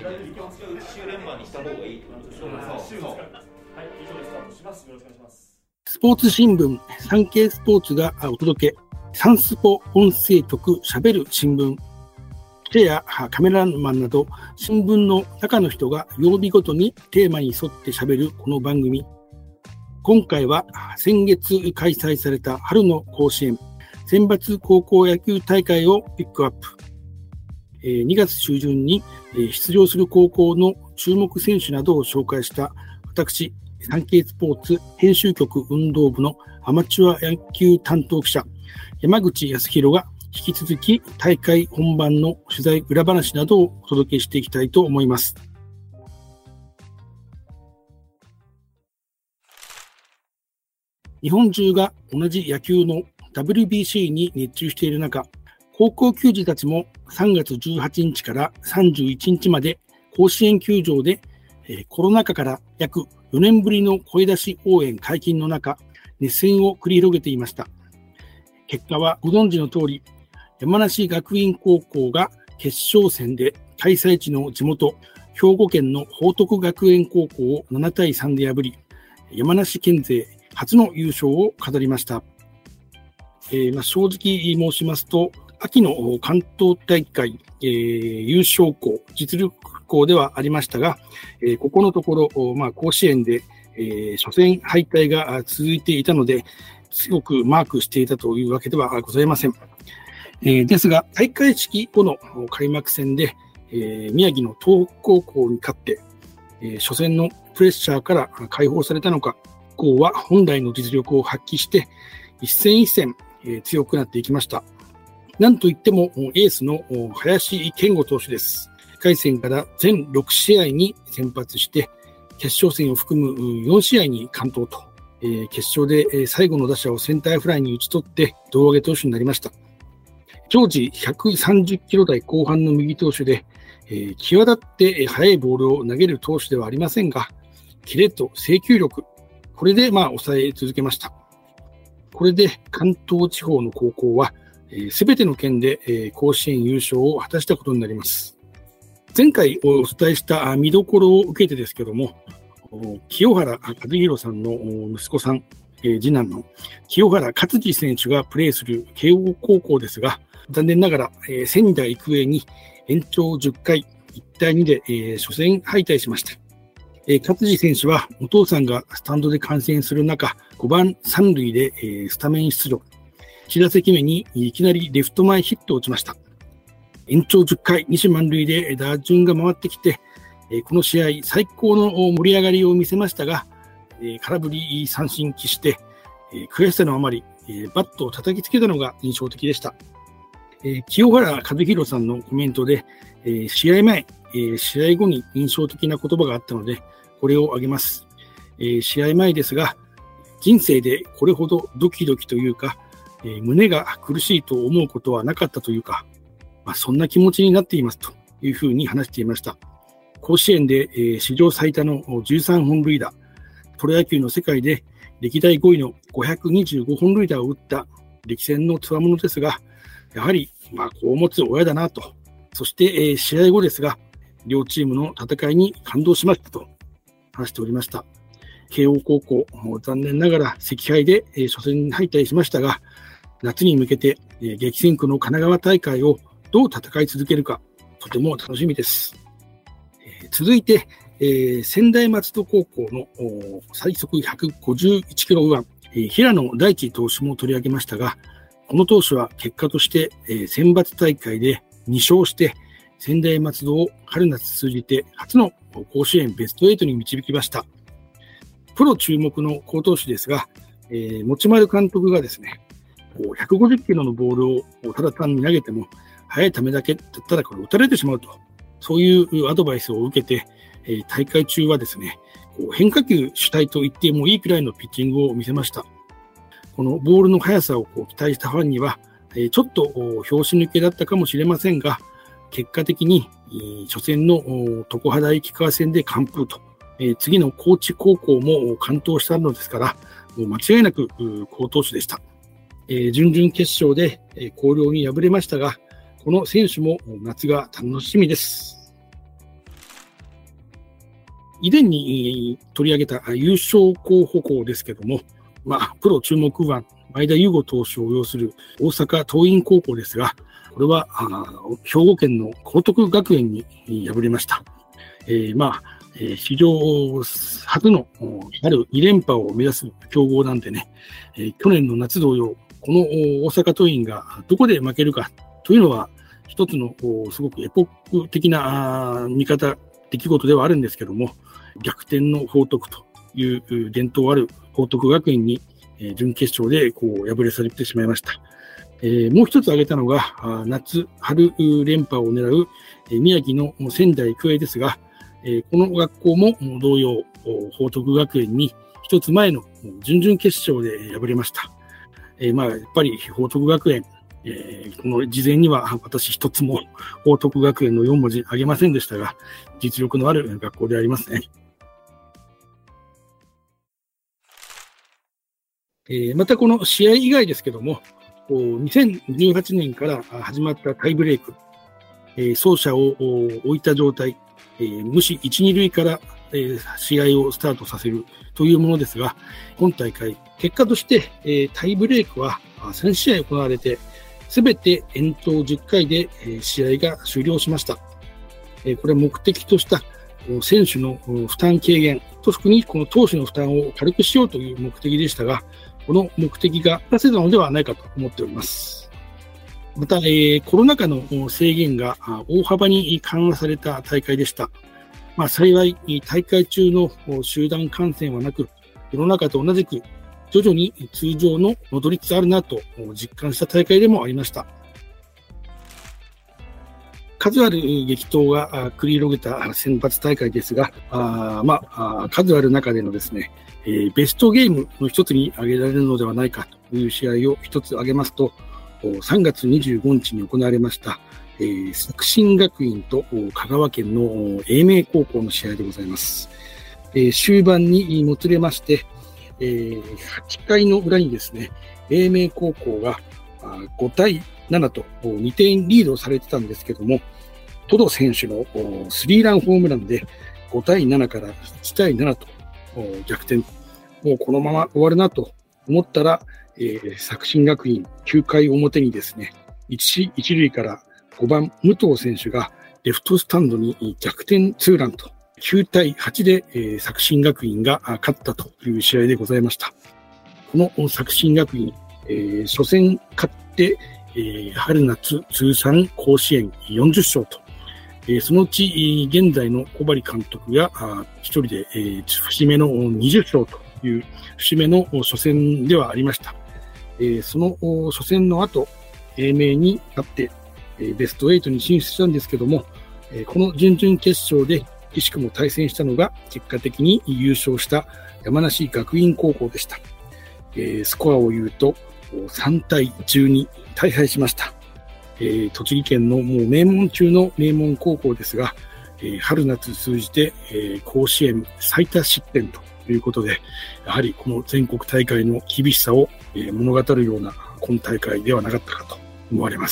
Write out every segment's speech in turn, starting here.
意外と力を使う週連番にした方がいいってことでしょうね。 はい、以上でスタートします。よろしくお願いします。 スポーツ新聞、サンケイスポーツがお届け、サンスポ音声局しゃべる新聞。記者やカメラマンなど新聞の中の人が曜日ごとにテーマに沿ってしゃべるこの番組。今回は先月開催された春の甲子園選抜高校野球大会をピックアップ。2月中旬に出場する高校の注目選手などを紹介した私、サンケイスポーツ編集局運動部のアマチュア野球担当記者山口康弘が引き続き大会本番の取材裏話などをお届けしていきたいと思います。日本中が同じ野球の WBC に熱中している中、高校球児たちも3月18日から31日まで甲子園球場でコロナ禍から約4年ぶりの声出し応援解禁の中、熱戦を繰り広げていました。結果はご存知の通り、山梨学院高校が決勝戦で開催地の地元、兵庫県の報徳学園高校を7対3で破り、山梨県勢初の優勝を飾りました。正直申しますと、秋の関東大会、優勝校、実力校ではありましたが、ここのところ、甲子園で、初戦敗退が続いていたので、強くマークしていたというわけではございません。ですが、大会式後の開幕戦で、宮城の東北高校に勝って、初戦のプレッシャーから解放されたのか、高校は本来の実力を発揮して、一戦一戦、強くなっていきました。なんといってもエースの林健吾投手です。1回戦から全6試合に先発して、決勝戦を含む4試合に完投と、決勝で最後の打者をセンターフライに打ち取って胴上げ投手になりました。常時130キロ台後半の右投手で、際立って速いボールを投げる投手ではありませんが、キレと制球力、これで抑え続けました。これで関東地方の高校は、すべての県で甲子園優勝を果たしたことになります。前回お伝えした見どころを受けてですけども、清原和博さんの息子さん、次男の清原勝児選手がプレーする慶応高校ですが、残念ながら仙台育英に延長10回1対2で初戦敗退しました。勝児選手はお父さんがスタンドで観戦する中、5番3塁でスタメン出場。1打席目にいきなりレフト前ヒットを打ちました。延長10回、西満塁で打順が回ってきて、この試合最高の盛り上がりを見せましたが、空振り三振喫して、悔しさのあまり、バットを叩きつけたのが印象的でした。清原和博さんのコメントで、試合前、試合後に印象的な言葉があったので、これを挙げます。試合前ですが、人生でこれほどドキドキというか、胸が苦しいと思うことはなかったというか、そんな気持ちになっていますというふうに話していました。甲子園で、史上最多の13本塁打、プロ野球の世界で歴代5位の525本塁打を打った歴戦のつわものですが、やはり子を持つ親だなと。そして、試合後ですが、両チームの戦いに感動しましたと話しておりました。慶応高校、残念ながら惜敗で初戦敗退しましたが、夏に向けて激戦区の神奈川大会をどう戦い続けるか、とても楽しみです。続いて、専大松戸高校の最速151キロ右腕、平野大地投手も取り上げましたが、この投手は結果として選抜大会で2勝して、専大松戸を春夏通じて初の甲子園ベスト8に導きました。プロ注目の好投手ですが、持丸監督がですね、150キロのボールをただ単に投げても、速いためだけだったらこれ打たれてしまうと、そういうアドバイスを受けて、大会中はですね、変化球主体と言ってもいいくらいのピッチングを見せました。このボールの速さを期待したファンには、ちょっと拍子抜けだったかもしれませんが、結果的に初戦の常葉大菊川戦で完封と、次の高知高校も完投したのですから、もう間違いなく好投手でした。準々決勝で広陵に敗れましたが、この選手も夏が楽しみです。 以前に取り上げた優勝候補校ですけども、プロ注目右腕、前田悠吾投手を擁する大阪桐蔭高校ですが、これは兵庫県の報徳学園に敗れました。史上初の春2連覇を目指す強豪なんでね、去年の夏同様、この大阪桐蔭がどこで負けるかというのは、一つのすごくエポック的な出来事ではあるんですけども、逆転の報徳という伝統ある報徳学園に準決勝で敗れ去ってしまいました。もう一つ挙げたのが、春連覇を狙う宮城の仙台育英ですが、この学校も同様、報徳学園に一つ前の準々決勝で敗れました。やっぱり報徳学園、この事前には私一つも報徳学園の4文字挙げませんでしたが、実力のある学校でありますね。またこの試合以外ですけども、2018年から始まったタイブレーク、走者を置いた状態、無視1、2塁から試合をスタートさせるというものですが、今大会、結果としてタイブレークは3試合行われて、すべて延長10回で試合が終了しました。これは目的とした選手の負担軽減、特にこの投手の負担を軽くしようという目的でしたが、この目的が果たせたのではないかと思っております。また、コロナ禍の制限が大幅に緩和された大会でした。幸い、大会中の集団感染はなく、世の中と同じく徐々に通常の戻りつつあるなと実感した大会でもありました。数ある激闘が繰り広げた選抜大会ですが、数ある中でのですね、ベストゲームの一つに挙げられるのではないかという試合を一つ挙げますと、3月25日に行われました、作新学院と香川県の英明高校の試合でございます。終盤にもつれまして、8回の裏にですね、英明高校が5対7と2点リードされてたんですけども、トド選手のスリーランホームランで5対7から1対7と逆転。もうこのまま終わるなと思ったら、作新学院9回表にですね、一塁から5番武藤選手がレフトスタンドに逆転ツーランと9対8で、作新学院が勝ったという試合でございました。この作新学院、初戦勝って、春夏通算甲子園40勝と、そのうち現在の小針監督が一人で、節目の20勝という節目の初戦ではありました。その初戦の後、英明に勝って、ベスト8に進出したんですけども、この準々決勝で惜しくも対戦したのが結果的に優勝した山梨学院高校でした。スコアを言うと3対12大敗しました。栃木県のもう名門中の名門高校ですが、春夏通じて、甲子園最多失点ということで、やはりこの全国大会の厳しさを、物語るような今大会ではなかったかと思われます。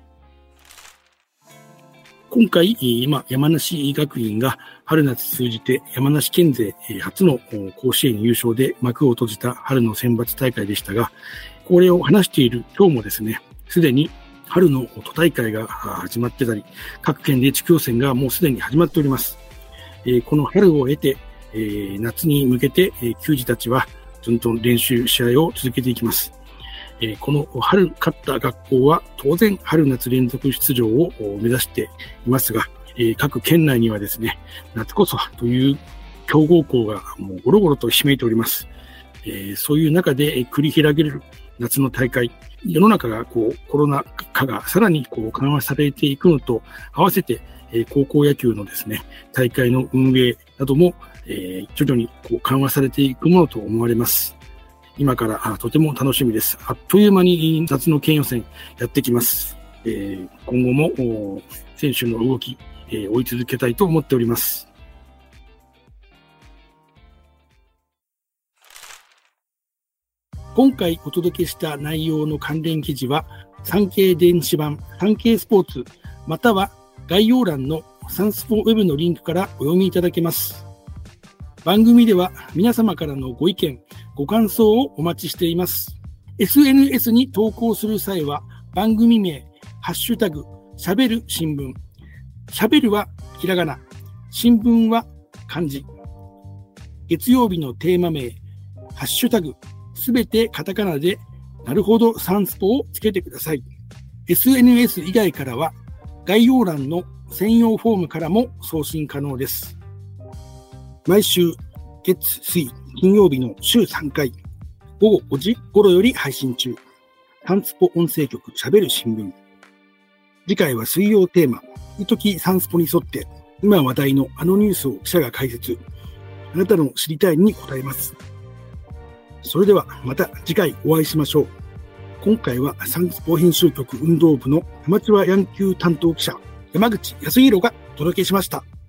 今回、山梨学院が春夏通じて山梨県勢初の甲子園優勝で幕を閉じた春の選抜大会でしたが、これを話している今日もですね、すでに春の都大会が始まってたり、各県で地区予選がもうすでに始まっております。この春を経て、夏に向けて球児たちはずんと練習試合を続けていきます。この春勝った学校は当然春夏連続出場を目指していますが、各県内にはですね、夏こそはという強豪校がもうゴロゴロとひしめいております。そういう中で繰り広げる夏の大会、世の中がコロナ禍がさらに緩和されていくのと合わせて、高校野球のですね、大会の運営なども、徐々に緩和されていくものと思われます。今からとても楽しみです。あっという間に夏の県予選やってきます。今後も選手の動き、追い続けたいと思っております。今回お届けした内容の関連記事は、産経電子版、産経スポーツ、または概要欄のサンスポウェブのリンクからお読みいただけます。 番組では皆様からのご意見、ご感想をお待ちしています。SNS に投稿する際は番組名、ハッシュタグ、しゃべる新聞。しゃべるはひらがな、新聞は漢字。月曜日のテーマ名、ハッシュタグ、すべてカタカナで、なるほどサンスポをつけてください。SNS 以外からは概要欄の専用フォームからも送信可能です。毎週月水金曜日の週3回午後5時頃より配信中。サンスポ音声局しゃべる新聞。次回は水曜テーマ、いときサンスポに沿って今話題のあのニュースを記者が解説。あなたの知りたいに答えます。それではまた次回お会いしましょう。今回はサンスポ編集局運動部のアマチュア野球担当記者山口康弘がお届けしました。